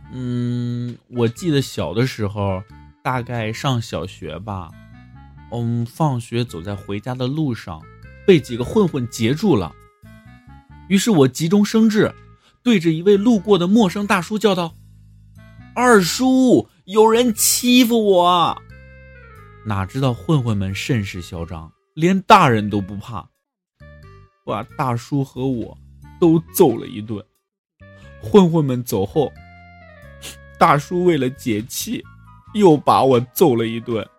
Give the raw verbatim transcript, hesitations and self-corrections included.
嗯，我记得小的时候，大概上小学吧，嗯，放学走在回家的路上，被几个混混截住了。于是我急中生智，对着一位路过的陌生大叔叫道：二叔，有人欺负我！哪知道混混们甚是嚣张，连大人都不怕，把大叔和我都揍了一顿。混混们走后，大叔为了解气，又把我揍了一顿。